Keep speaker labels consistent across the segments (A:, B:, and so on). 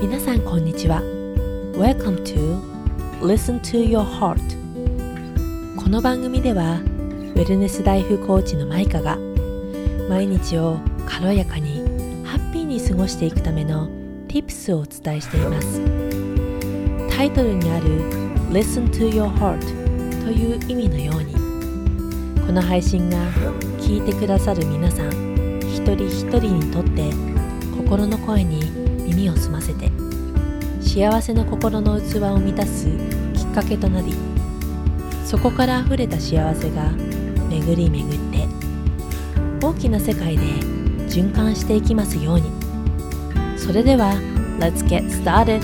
A: 皆さんこんにちは。 Welcome to Listen to Your Heart。 この番組ではウェルネスライフコーチのマイカが毎日を軽やかにハッピーに過ごしていくための Tips をお伝えしています。タイトルにある Listen to Your Heart という意味のように、この配信が聞いてくださる皆さん一人一人にとって心の声に耳を澄ませて、幸せな心の器を満たすきっかけとなり、そこからあふれた幸せが巡り巡って大きな世界で循環していきますように。それでは Let's get started。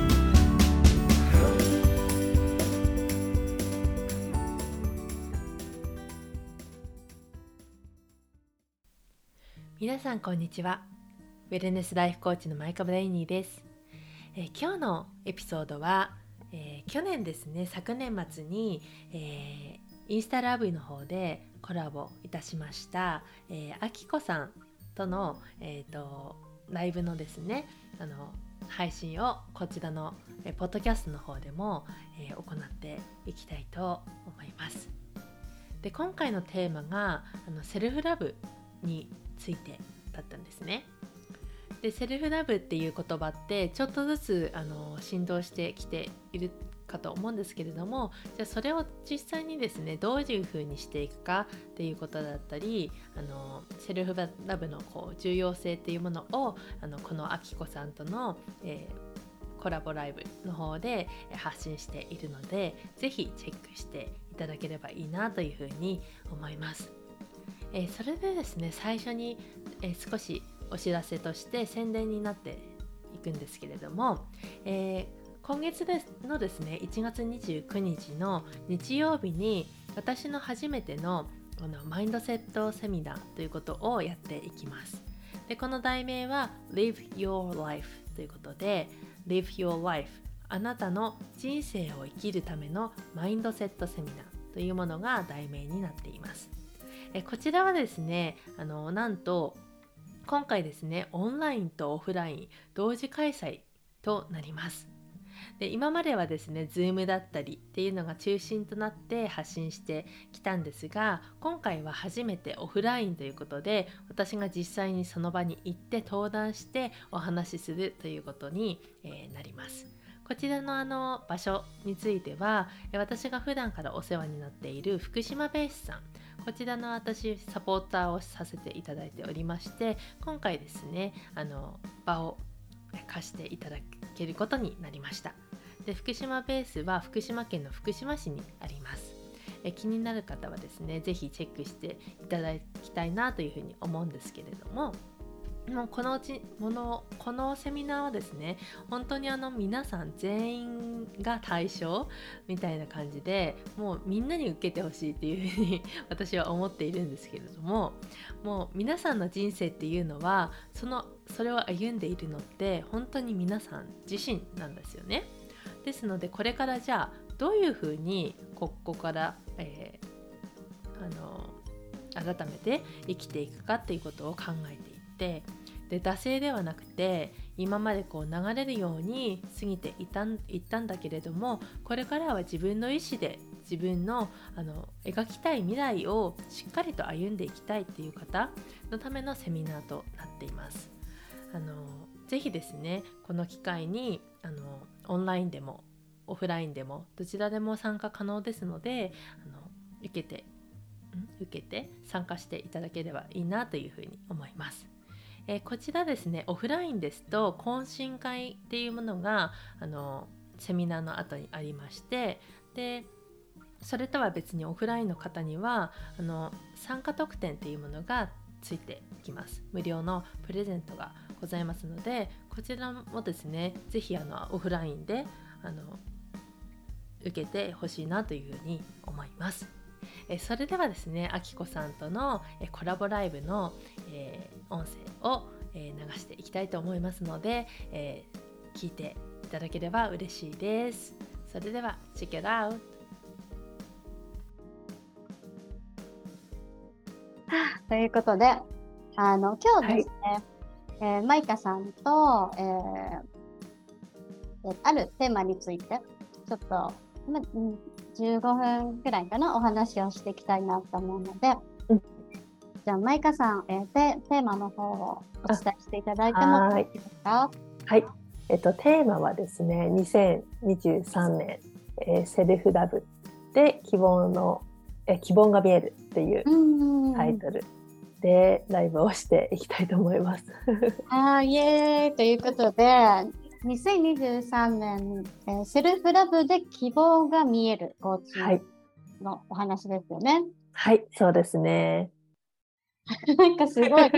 A: 皆さんこんにちは。ウェルネスライフコーチのマイカブレイニーです。今日のエピソードは、去年ですね、昨年末に、インスタラブの方でコラボいたしました、あきこさんとの、ライブのですね、配信をこちらの、ポッドキャストの方でも、行っていきたいと思います。で、今回のテーマがセルフラブについてだったんですね。で、セルフラブっていう言葉ってちょっとずつ振動してきているかと思うんですけれども、じゃあそれを実際にですね、どういうふうにしていくかっていうことだったり、セルフラブの重要性っていうものをこのあきこさんとの、コラボライブの方で発信しているので、ぜひチェックしていただければいいなというふうに思います。それでですね、最初に、少しお知らせとして宣伝になっていくんですけれども、今月のですね、1月29日の日曜日に私の初めてのマインドセットセミナーということをやっていきます。で、この題名は Live Your Life ということで、 Live Your Life、 あなたの人生を生きるためのマインドセットセミナーというものが題名になっています。こちらはですね、なんと今回ですね、オンラインとオフライン同時開催となります。で、今まではですね、Zoom だったりっていうのが中心となって発信してきたんですが、今回は初めてオフラインということで、私が実際にその場に行って登壇してお話しするということに、なります。こちらの場所については、私が普段からお世話になっている福島ベースさん、こちらの私サポーターをさせていただいておりまして、今回ですね、場を貸していただけることになりました。で、福島ベースは福島県の福島市にあります。気になる方はですね、ぜひチェックしていただきたいなというふうに思うんですけれども、もうこのセミナーはですね、本当に皆さん全員が対象みたいな感じで、もうみんなに受けてほしいっていうふうに私は思っているんですけれども、もう皆さんの人生っていうのはそれを歩んでいるのって本当に皆さん自身なんですよね。ですので、これからじゃあどういうふうにここから、改めて生きていくかっていうことを考えていって、で、惰性ではなくて今まで流れるように過ぎていったんだけれども、これからは自分の意思で自分の描きたい未来をしっかりと歩んでいきたいっていう方のためのセミナーとなっています。ぜひですね、この機会にオンラインでもオフラインでもどちらでも参加可能ですので、受けて参加していただければいいなというふうに思います。こちらですね、オフラインですと懇親会っていうものがセミナーの後にありまして、でそれとは別にオフラインの方には参加特典っていうものがついてきます。無料のプレゼントがございますので、こちらもですね、ぜひオフラインで受けてほしいなというふうに思います。それではですね、あきこさんとのコラボライブの音声を流していきたいと思いますので、聞いていただければ嬉しいです。それでは Check it out。
B: ということで、今日ですね、マイカさんと、 あるテーマについてちょっと、15分くらいかなお話をしていきたいなと思うので、じゃあマイカさん、テーマの方をお伝えしていただいてもいいですか？
C: はい、テーマはですね、2023年、セルフラブで希望が見えるっていうタイトルでライブをしていきたいと思います。
B: イエーイということで、2023年、セルフラブで希望が見えるコーチのお話ですよね。
C: はい、そうですね。
B: なんかすごい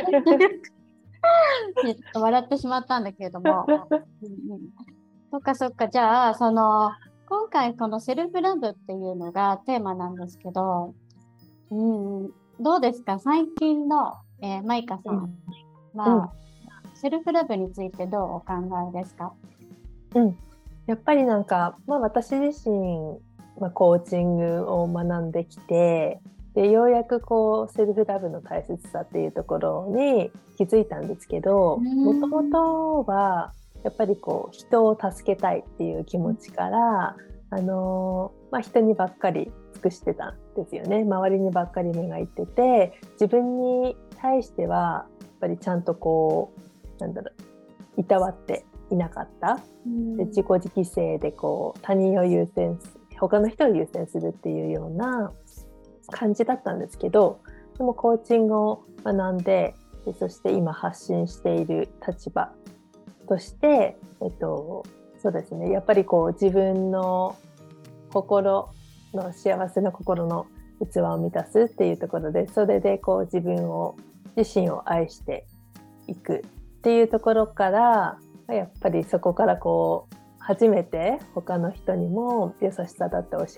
B: 笑ってしまったんだけれどもそっか、じゃあ今回このセルフラブっていうのがテーマなんですけど、どうですか最近の、マイカさんは、セルフラブについてどうお考えですか？
C: やっぱり私自身、コーチングを学んできて、でようやくセルフラブの大切さっていうところに気づいたんですけど、もともとはやっぱり人を助けたいっていう気持ちから、人にばっかり尽くしてたんですよね。周りにばっかり目がいってて、自分に対してはやっぱりちゃんといたわっていなかった。で自己犠牲で他人を他の人を優先するっていうような感じだったんですけど、でもコーチングを学んで、そして今発信している立場として、そうですね、やっぱり自分の心の幸せな心の器を満たすっていうところで、それで自身を愛していくっていうところから、やっぱりそこから初めて他の人にも優しさ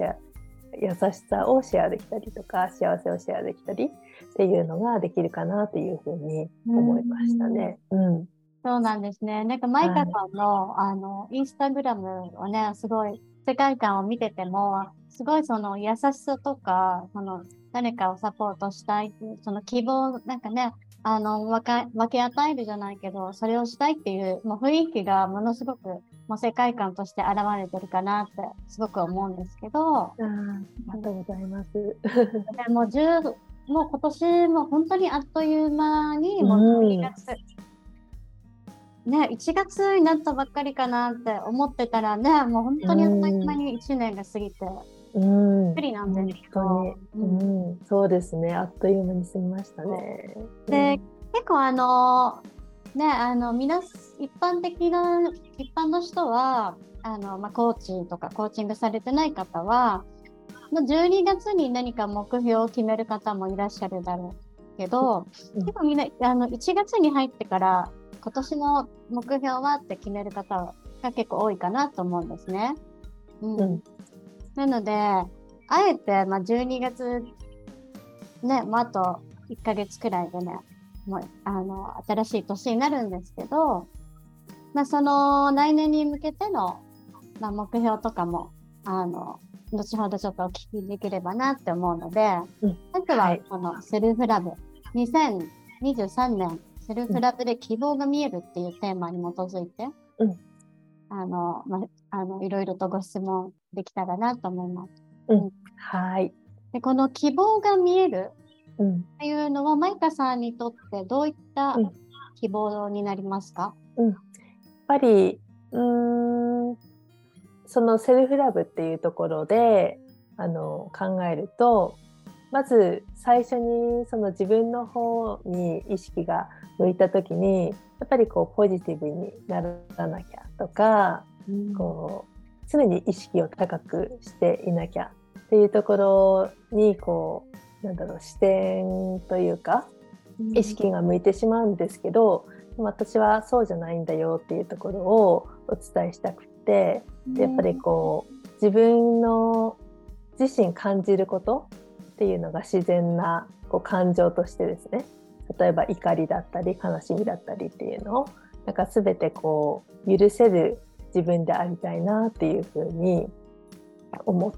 C: をシェアできたりとか、幸せをシェアできたりっていうのができるかなというふうに思いましたね。
B: そうなんですね。なんかマイカさんの、インスタグラムをね、すごい世界観を見てても、すごい優しさとか、誰かをサポートしたいっていう、希望、なんかね、分け与えるじゃないけど、それをしたいっていう、雰囲気がものすごく、世界観として現れてるかなって、すごく思うんですけど。
C: ありがとうございます。
B: でも今年も本当にあっという間に、もう12月。1月になったばっかりかなって思ってたらね、もう本当にあっという間に1年が過ぎて、びっくりなんですけど、
C: そうですね、あっという間に過ぎましたね。
B: で、結構一般の人はコーチとかコーチングされてない方は、12月に何か目標を決める方もいらっしゃるだろうけど、結構みんな1月に入ってから今年の目標はって決める方が結構多いかなと思うんですね。なので、あえて12月ね、あと1ヶ月くらいでね、もう新しい年になるんですけど、その来年に向けての、目標とかも後ほどちょっとお聞きできればなって思うので、まずはこのセルフラブ、2023年セルフラブで希望が見えるっていうテーマに基づいて、いろいろとご質問できたらなと思います。
C: はい。
B: で、この希望が見えるっていうのは、マイカさんにとってどういった希望になりますか？
C: やっぱりそのセルフラブっていうところで考えると、まず最初にその自分の方に意識が向いた時に、やっぱりポジティブにならなきゃとか、常に意識を高くしていなきゃっていうところに視点というか意識が向いてしまうんですけど、私はそうじゃないんだよっていうところをお伝えしたくて、やっぱり自分の自身感じることっていうのが自然な感情としてですね、例えば怒りだったり悲しみだったりっていうのを全て許せる自分でありたいなっていうふうに思って、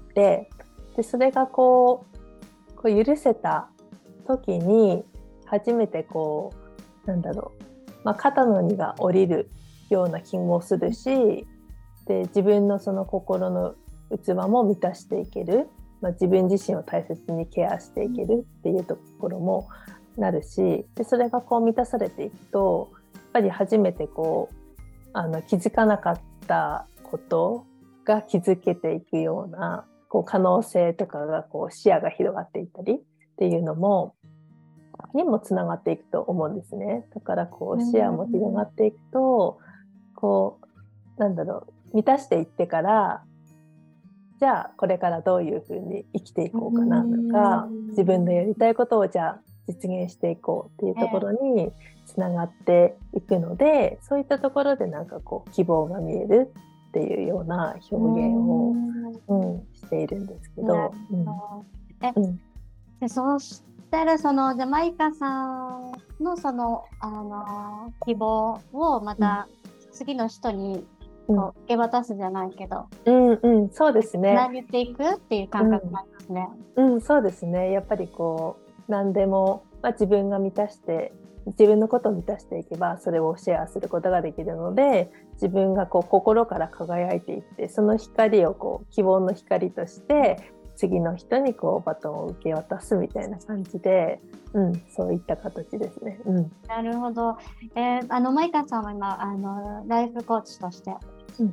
C: でそれが許せた時に初めて肩の荷が下りるような気もするし、 で自分のその心の器も満たしていける、自分自身を大切にケアしていけるっていうところもなるし、でそれがこう満たされていくとやっぱり初めてこう気づかなかったことが気づけていくようなこう可能性とかがこう視野が広がっていったりっていうのもにもつながっていくと思うんですね。だからこう視野も広がっていくとこう満たしていってから、じゃあこれからどういうふうに生きていこうかなとか、自分のやりたいことをじゃあ実現していこうっていうところにつながっていくので、そういったところでなんかこう希望が見えるっていうような表現を、しているんですけど。
B: でそうしたらじゃあマイカさんの希望をまた次の人にこう受け渡すじゃないけど、
C: そうですね。
B: つなげていくっていう感覚なんですね。
C: そうですね。やっぱりこう何でも、自分が満たして自分のことを満たしていけばそれをシェアすることができるので、自分がこう心から輝いていって、その光をこう希望の光として次の人にこうバトンを受け渡すみたいな感じで、そういった形ですね。
B: なるほど。マイカさんは今ライフコーチとして、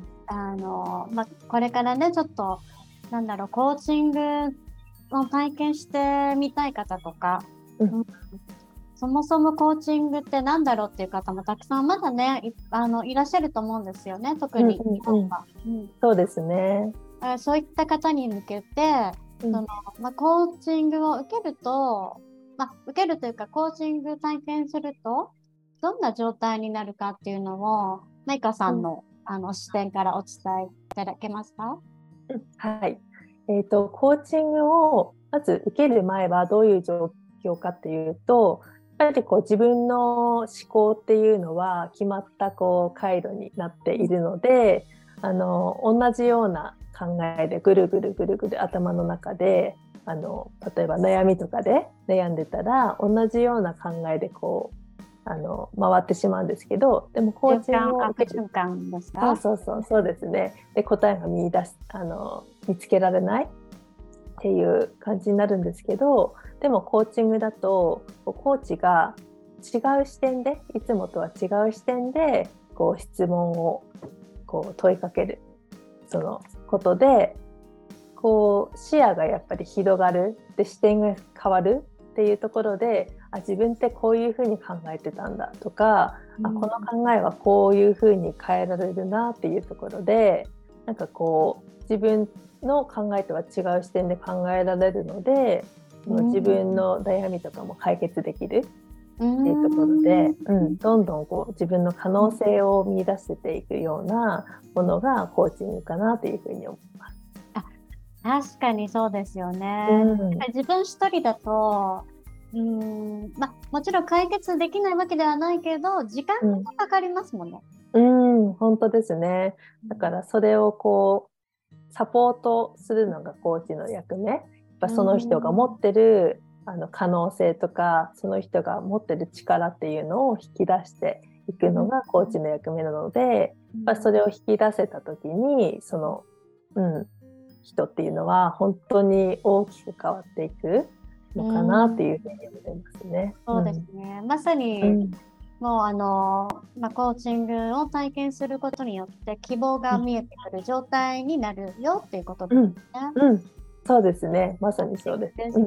B: これからねちょっとコーチングを体験してみたい方とか、そもそもコーチングってなんだろうっていう方もたくさんまだねいらっしゃると思うんですよね、特に日本は。
C: そうですね。
B: そういった方に向けて、コーチングを受けると、いうかコーチング体験するとどんな状態になるかっていうのをマイカさんの、視点からお伝えいただけますか？
C: はい。コーチングをまず受ける前はどういう状況かっていうと、やっぱりこう自分の思考っていうのは決まったこう回路になっているので、同じような考えでぐるぐる頭の中で例えば悩みとかで悩んでたら同じような考えでこう回ってしまうんですけど、でもコーチングを受ける
B: ですか？
C: そうですね。で答えが見つけられないっていう感じになるんですけど、でもコーチングだとコーチが違う視点で、いつもとは違う視点でこう質問をこう問いかけるそのことで、こう視野がやっぱり広がる、で視点が変わるっていうところで、自分ってこういうふうに考えてたんだとか、この考えはこういうふうに変えられるなっていうところで、なんかこう自分の考えとは違う視点で考えられるので、自分の悩みとかも解決できるっていうところで、どんどんこう自分の可能性を見出していくようなものがコーチングかなというふうに思います。
B: 確かにそうですよね。自分一人だともちろん解決できないわけではないけど時間がかかりますもんね。
C: 本当ですね。だからそれをこうサポートするのがコーチの役目。やっぱその人が持ってる可能性とか、その人が持ってる力っていうのを引き出していくのがコーチの役目なので、やっぱそれを引き出せた時にその、人っていうのは本当に大きく変わっていくのかなっていうふうに思いますね。
B: そうですね。まさに、もうコーチングを体験することによって希望が見えてくる状態になるよっていうことですね。
C: そうですね。まさにそうです。
B: ですね。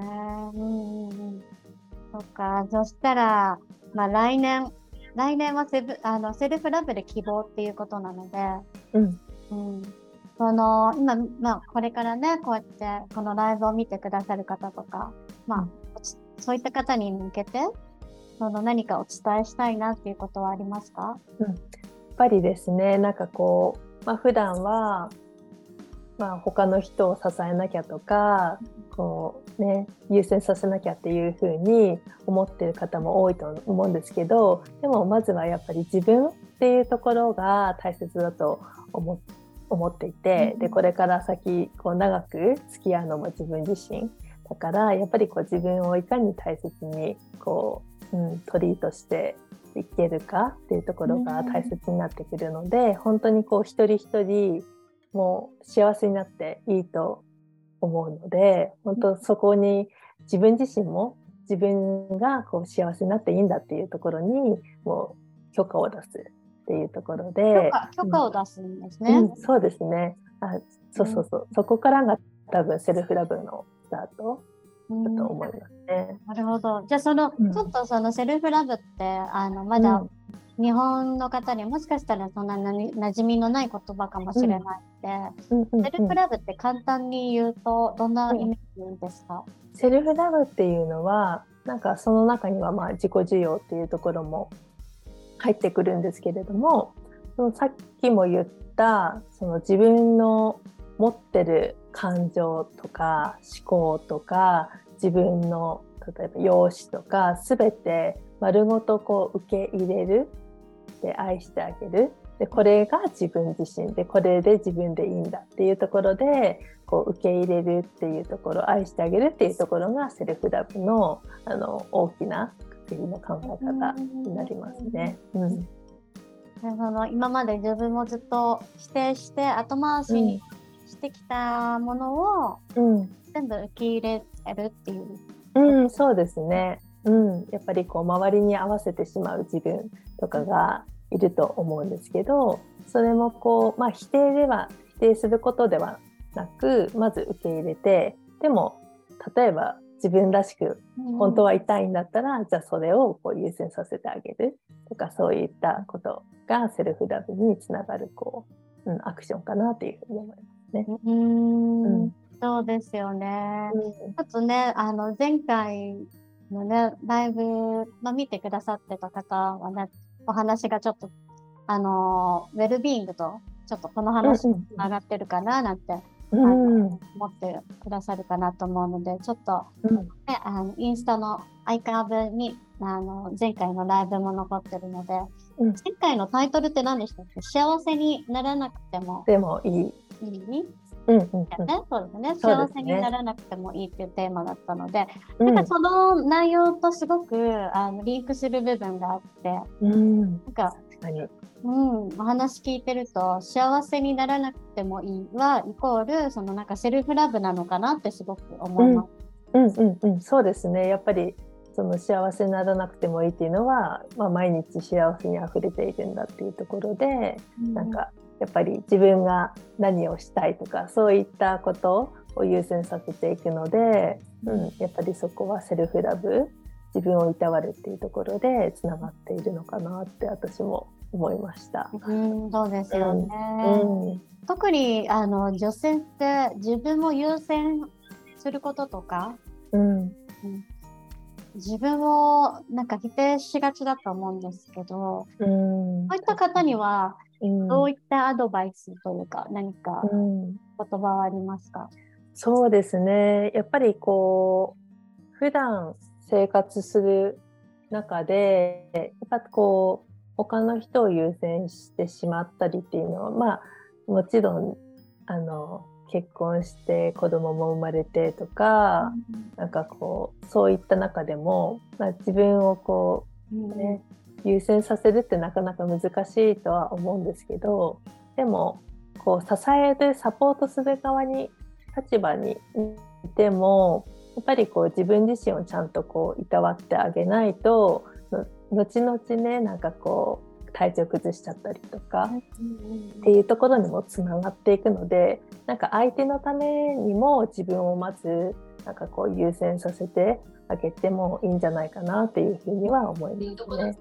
B: そうか。そしたら、来年はセルフラブで希望っていうことなので、今、これからね、こうやってこのライブを見てくださる方とか、そういった方に向けて何かお伝えしたいなっていうことはありますか？
C: やっぱりですね、なんかこう、普段は、他の人を支えなきゃとか、こうね、優先させなきゃっていうふうに思っている方も多いと思うんですけど、でもまずはやっぱり自分っていうところが大切だと思っていて、でこれから先こう長く付き合うのも自分自身だから、やっぱりこう自分をいかに大切にこう、トリートしていけるかっていうところが大切になってくるので、本当にこう一人一人もう幸せになっていいと思うので、本当そこに自分自身も自分がこう幸せになっていいんだっていうところにもう許可を出すっていうところで、
B: 許可を出すんですね。
C: そうですね。そこからが多分セルフラブのスタートだと思いますね。
B: なるほど。じゃあちょっとそのセルフラブってまだ日本の方にもしかしたらそんな馴染みのない言葉かもしれないので、セルフラブって簡単に言うとどんなイメージですか？
C: セルフラブっていうのはなんかその中には自己需要っていうところも入ってくるんですけれども、そのさっきも言ったその自分の持ってる感情とか思考とか自分の例えば容姿とか全て丸ごとこう受け入れるで愛してあげるで、これが自分自身でこれで自分でいいんだっていうところでこう受け入れるっていうところ、愛してあげるっていうところがセルフラブの大きなくくりの考え方になりますね。
B: 今まで自分もずっと否定して後回しにしてきたものを全部受け入れるっていう、
C: そうですね。やっぱりこう周りに合わせてしまう自分とかがいると思うんですけど、それもこう、否定することではなく、まず受け入れて、でも例えば自分らしく本当は痛いんだったら、じゃあそれをこう優先させてあげるとか、そういったことがセルフラブにつながるアクションかなというふうに思いますね。
B: そうですよね。ちょっとね、前回のね、ライブの見てくださってた方はね、お話がちょっと、ウェルビーイングとちょっとこの話につながってるかななんて、思ってくださるかなと思うので、ちょっと、ね、インスタのアイカーブに、前回のライブも残ってるので、前回のタイトルって何でしたっけ？幸せにならなくても
C: いい。
B: そうですね。幸せにならなくてもいいっていうテーマだったので、なんかその内容とすごくリンクする部分があって、なんかお話聞いてると幸せにならなくてもいいはイコールそのなんかセルフラブなのかなってすごく思います。
C: そうですね。やっぱりその幸せにならなくてもいいっていうのは、毎日幸せにあふれているんだっていうところで、なんかやっぱり自分が何をしたいとかそういったことを優先させていくので、やっぱりそこはセルフラブ、自分をいたわるっていうところでつながっているのかなって私も思いました。
B: そうですよね。特に女性って自分を優先することとか、自分をなんか否定しがちだと思うんですけど、そういった方にはどういったアドバイスというか何か言葉はありますか？
C: そうですね。やっぱりこう普段生活する中でやっぱこう他の人を優先してしまったりっていうのは、もちろん結婚して子供も生まれてとか、なんかこうそういった中でも、自分をこうね、優先させるってなかなか難しいとは思うんですけど、でもこう支えるサポートする側に立場にいてもやっぱりこう自分自身をちゃんとこういたわってあげないと後々ね、なんかこう体調崩しちゃったりとかっていうところにもつながっていくので、なんか相手のためにも自分をまずなんかこう優先させてあげてもいいんじゃないかなっていうふうには思いますね。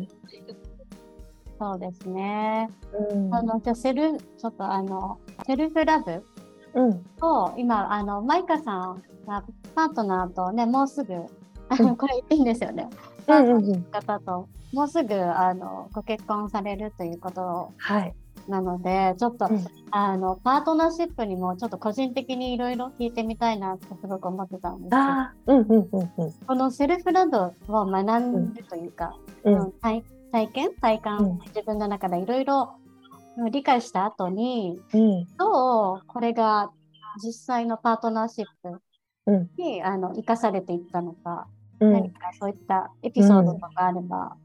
B: そうですね。じゃあセルフラブと、今マイカさんがパートナーとね、もうすぐこれ言っていいんですよね。パートナーの方ともうすぐご結婚されるということなので、ちょっとパートナーシップにもちょっと個人的にいろいろ聞いてみたいなとすごく思ってたんですけど、このセルフラブを学んでというか、体感、自分の中でいろいろ理解した後に、どうこれが実際のパートナーシップに生かされていったのか、何かそういったエピソードとかあれば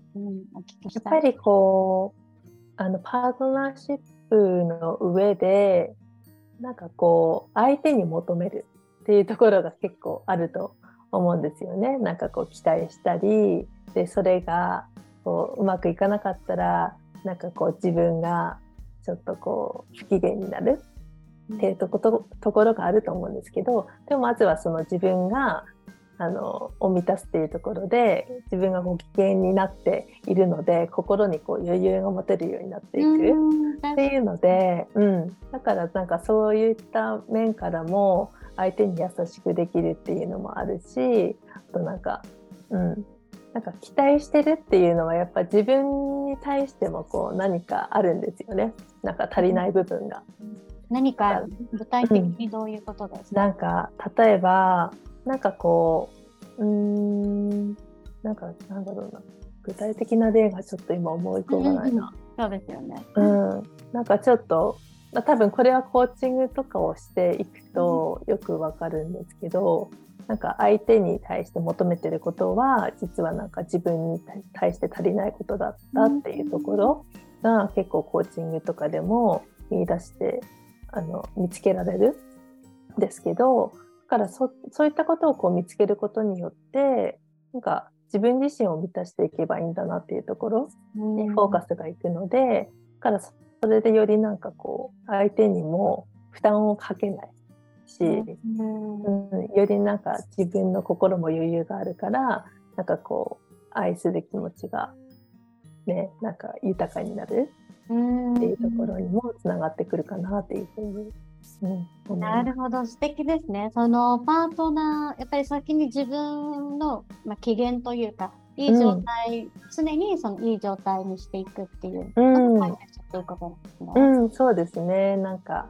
B: お聞きし
C: やっぱ
B: たい。
C: りこうパートナーシップの上でなんかこう相手に求めるっていうところが結構あると思うんですよね。なんかこう期待したりでそれがこううまくいかなかったらなんかこう自分がちょっとこう不機嫌になるっていうところがあると思うんですけど、でもまずはその自分がを満たすっていうところで自分がご機嫌になっているので心にこう余裕が持てるようになっていくっていうので、だからなんかそういった面からも相手に優しくできるっていうのもあるし、あとなんか期待してるっていうのはやっぱ自分に対してもこう何かあるんですよね。なんか足りない部分が。
B: 何か具体的にどういうことですか？
C: なんか例えばなんかこうなんだろうな、具体的な例がちょっと今思い浮かばないな。
B: そうですよね。
C: なんかちょっと、多分これはコーチングとかをしていくとよくわかるんですけど、なんか相手に対して求めてることは実はなんか自分に対して足りないことだったっていうところが結構コーチングとかでも見出して見つけられるんですけど、だからそういったことをこう見つけることによってなんか自分自身を満たしていけばいいんだなっていうところにフォーカスがいくので、だからそれでよりなんかこう相手にも負担をかけないし、よりなんか自分の心も余裕があるからなんかこう愛する気持ちがねなんか豊かになるっていうところにもつながってくるかなっていうふうに。
B: なるほど、素敵ですね。そのパートナー、やっぱり先に自分の、機嫌というか、いい状態、常にそのいい状態にしていくっていうのが大切ということですね。
C: そうですね。なんか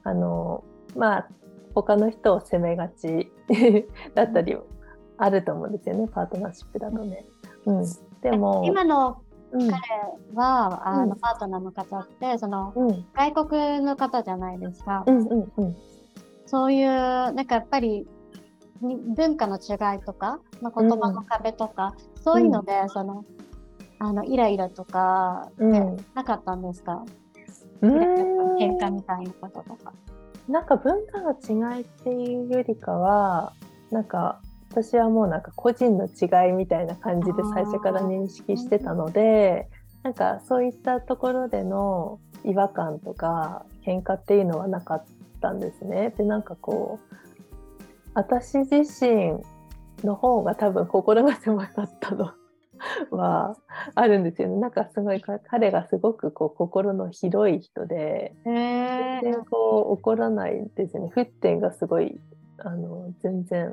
C: 他の人を責めがちだったりあると思うんですよね、パートナーシップだとね。でも
B: 今の彼は、パートナーの方ってその、外国の方じゃないですか。そういうなんかやっぱり文化の違いとか、言葉の壁とか、そういうので、そのイライラとか、なかったんですか？喧嘩みたいなこととか。
C: なんか文化の違いっていうよりかは、なんか私はもうなんか個人の違いみたいな感じで最初から認識してたので、なんかそういったところでの違和感とか喧嘩っていうのはなかったんですね。でなんかこう私自身の方が多分心が狭かったのはあるんですよね。なんかすごい彼がすごくこう心の広い人で、全然こう怒らないんですよね。沸点がすごい全然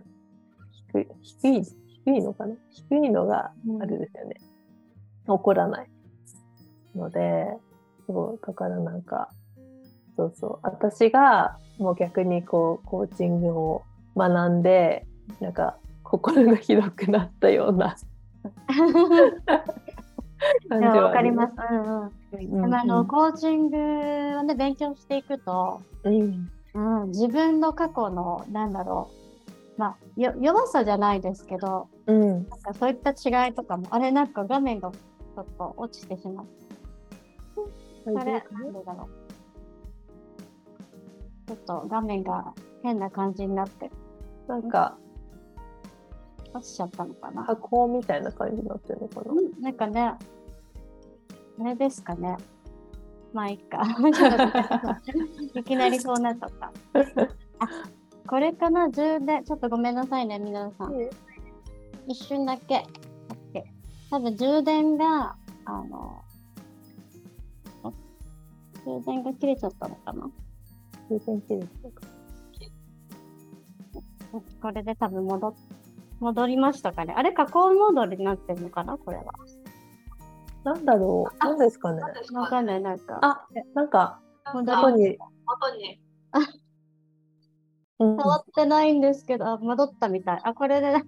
C: 低いのかな、低いのがあるんですよね。怒らないので、そうだからなんか私がもう逆にこうコーチングを学んでなんか心が広くなったような感じは
B: わかります。コーチングをね勉強していくと、自分の過去の弱さじゃないですけど、なんかそういった違いとかもなんか画面がちょっと落ちてしまって、それなんでだろう。ちょっと画面が変な感じになって
C: なんか
B: 落ちちゃったのかな。
C: 箱みたいな感じになってるのかな。
B: なんかね、あれですかね。まあいいか。いきなりそうなっちゃった。これかな、充電。ちょっとごめんなさいね、皆さん。一瞬だけ。多分充電が切れちゃったのかな。
C: 充電切れちゃったか。
B: これで多分戻りましたかね。加工モードになってるのかな、これは。
C: なんだろう、なんですかね。
B: わかんない、なんか。
C: なんか、
B: 元に。触ってないんですけど、戻ったみたい。これで。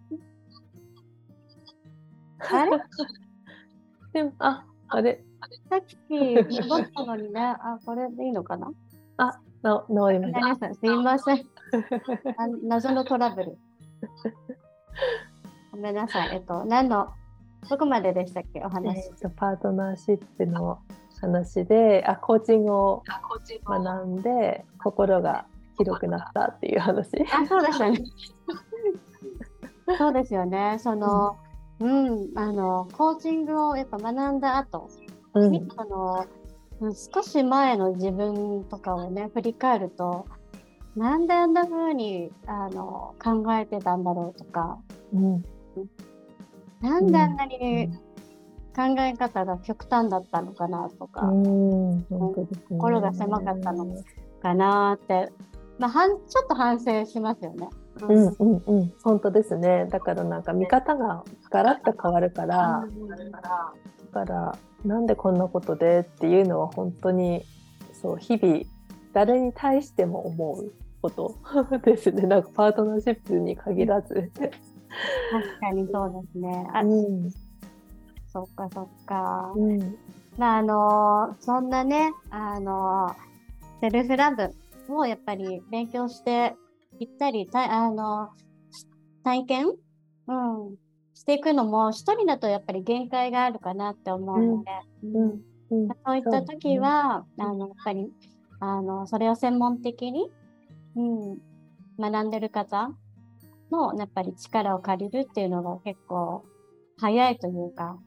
B: あれ
C: でも、あれ
B: さっき戻ったのにね、これでいいのかな。
C: 治りました。
B: すいません。謎のトラブル。ごめんなさい。何のどこまででしたっけ、お話。
C: パートナーシップの話で、コーチングを学んで心が広くなったっていう話。
B: そうでしたね。そうですよね。コーチングをやっぱ学んだ後、少し前の自分とかをね、振り返ると、なんであんな風に考えてたんだろうとか、なんであんなに考え方が極端だったのかなとか、心が狭かったのかなって、ちょっと反省しますよね。
C: 本当ですね。だからなんか見方がガラッと変わるから、だからなんでこんなことでっていうのは本当にそう日々誰に対しても思うことですね。なんかパートナーシップに限らず。
B: 確かにそうですね。そっかそっか。そんなね、セルフラブをやっぱり勉強していったり、体験、していくのも一人だとやっぱり限界があるかなって思うので、そういった時は、やっぱりそれを専門的に、学んでる方のやっぱり力を借りるっていうのが結構早いというか、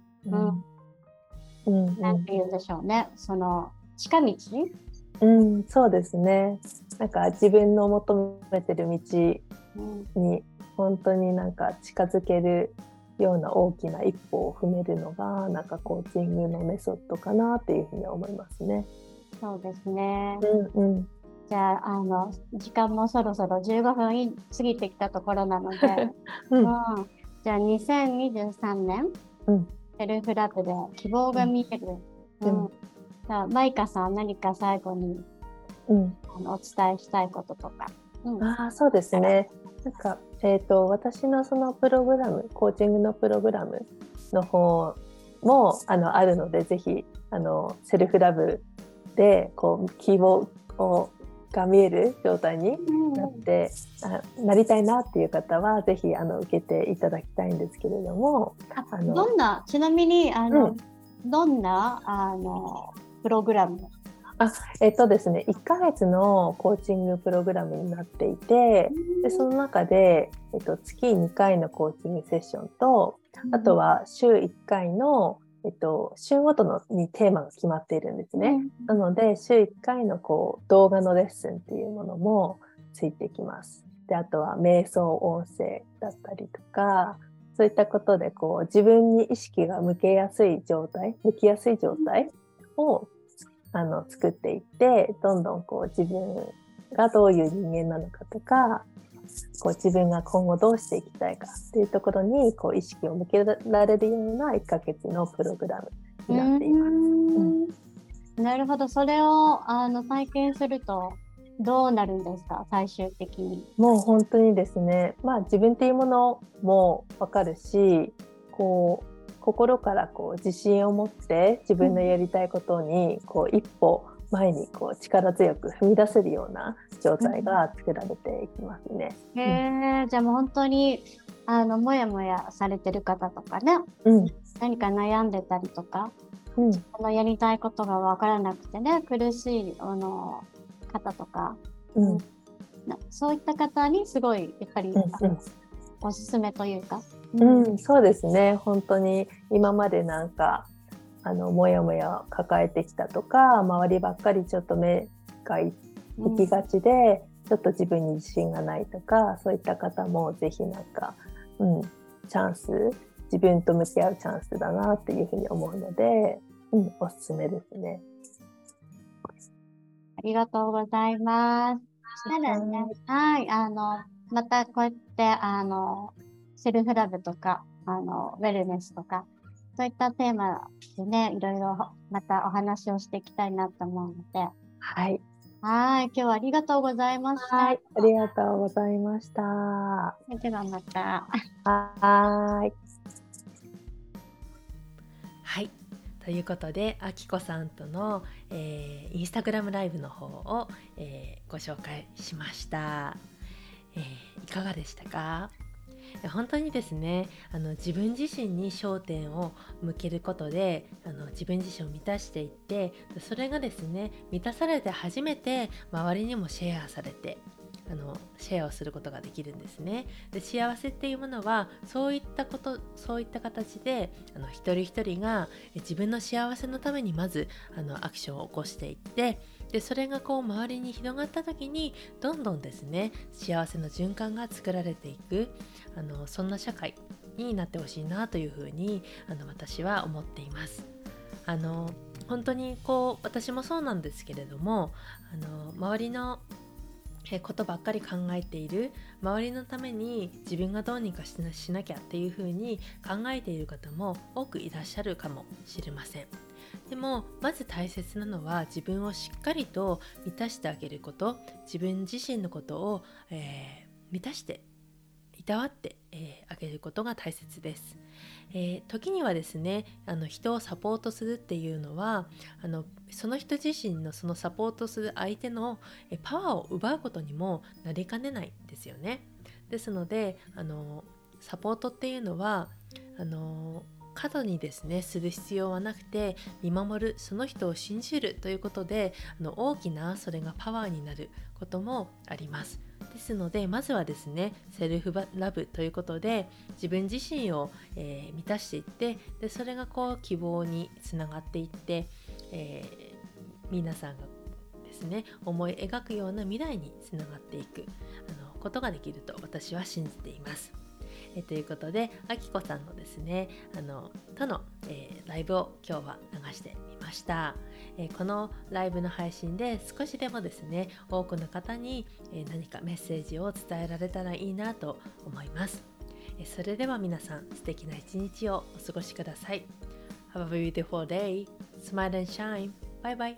B: なんて言うんでしょうね、その近道、
C: そうですね。なんか自分の求めてる道に本当になんか近づけるような大きな一歩を踏めるのがなんかコーチングのメソッドかなっていうふうに思いますね。
B: そうですね。じゃあ時間もそろそろ15分過ぎてきたところなので、じゃあ2023年、セルフラブで希望が見える。じゃあマイカさん、何か最後に、お伝えしたいこととか。
C: そうですね。なんか私のそのプログラム、コーチングのプログラムの方もあるので、ぜひセルフラブでこう希望が見える状態になって、なりたいなっていう方はぜひ受けていただきたいんですけれども、
B: ちなみにどんなプログラム？
C: ですね、1ヶ月のコーチングプログラムになっていて、でその中で、月2回のコーチングセッションと、あとは週1回の、週ごとにテーマが決まっているんですね。なので週1回の動画のレッスンっていうものもついてきます。であとは瞑想音声だったりとか、そういったことで自分に意識が向きやすい状態を作っていって、どんどん自分がどういう人間なのかとか、自分が今後どうしていきたいかっていうところに意識を向けられるような1ヶ月のプログラムになっています。
B: なるほど。それを体験するとどうなるんですか、最終的に。
C: もう本当にですね、自分っていうものも分かるし、心から自信を持って自分のやりたいことに一歩前に力強く踏み出せるような状態が作られていきますね。
B: じゃあもう本当にもやもやされてる方とかね、何か悩んでたりとか、やりたいことが分からなくてね、苦しい方とか、そういった方にすごいやっぱり、おすすめというか、
C: そうですね。本当に今までなんかもやもや抱えてきたとか、周りばっかりちょっと目が行きがちで、ちょっと自分に自信がないとか、そういった方もぜひなんか、チャンス、自分と向き合うチャンスだなっていうふうに思うので、おすすめですね。
B: ありがとうございます。そしたらね、またこうやってセルフラブとかウェルネスとか、そういったテーマでね、いろいろまたお話をしていきたいなと思うので、今日はありがとうございました。
C: ありがとうございました。
B: ではまた。
A: ということで、あきこさんとの、インスタグラムライブの方を、ご紹介しました。いかがでしたか？ 本当にですね、自分自身に焦点を向けることで自分自身を満たしていって、それがですね満たされて初めて周りにもシェアされてシェアをすることができるんですね。で、幸せっていうものはそういった形で一人一人が自分の幸せのためにまずアクションを起こしていって、でそれが周りに広がった時にどんどんですね幸せの循環が作られていくそんな社会になってほしいなというふうに私は思っています。本当に私もそうなんですけれども、周りのことばっかり考えている、周りのために自分がどうにかしなきゃっていうふうに考えている方も多くいらっしゃるかもしれません。でもまず大切なのは自分をしっかりと満たしてあげること、自分自身のことを、満たしていたわってあげることが大切です。時にはですね人をサポートするっていうのはその人自身のそのサポートする相手のパワーを奪うことにもなりかねないんですよね。ですのでサポートっていうのは過度にですねする必要はなくて、見守る、その人を信じるということで大きなそれがパワーになることもあります。ですのでまずはですねセルフラブということで自分自身を、満たしていって、でそれが希望につながっていって、皆さんがですね思い描くような未来につながっていくことができると私は信じています。ということで、あきこさんのですねとの、ライブを今日は流してみました。このライブの配信で少しでもですね多くの方に、何かメッセージを伝えられたらいいなと思います。それでは皆さん素敵な一日をお過ごしください。Have a beautiful day. Smile and shine. Bye bye.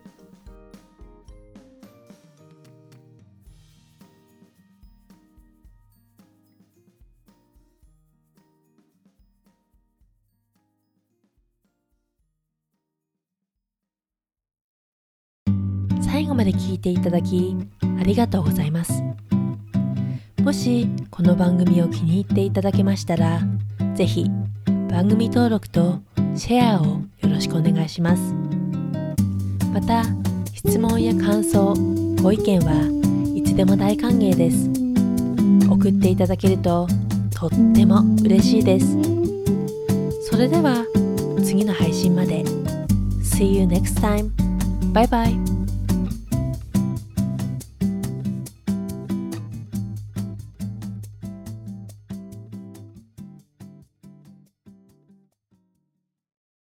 A: 最後まで聞いていただきありがとうございます。もしこの番組を気に入っていただけましたら、ぜひ番組登録とシェアをよろしくお願いします。また質問や感想、ご意見はいつでも大歓迎です。送っていただけるととっても嬉しいです。それでは次の配信まで。See you next time. Bye bye.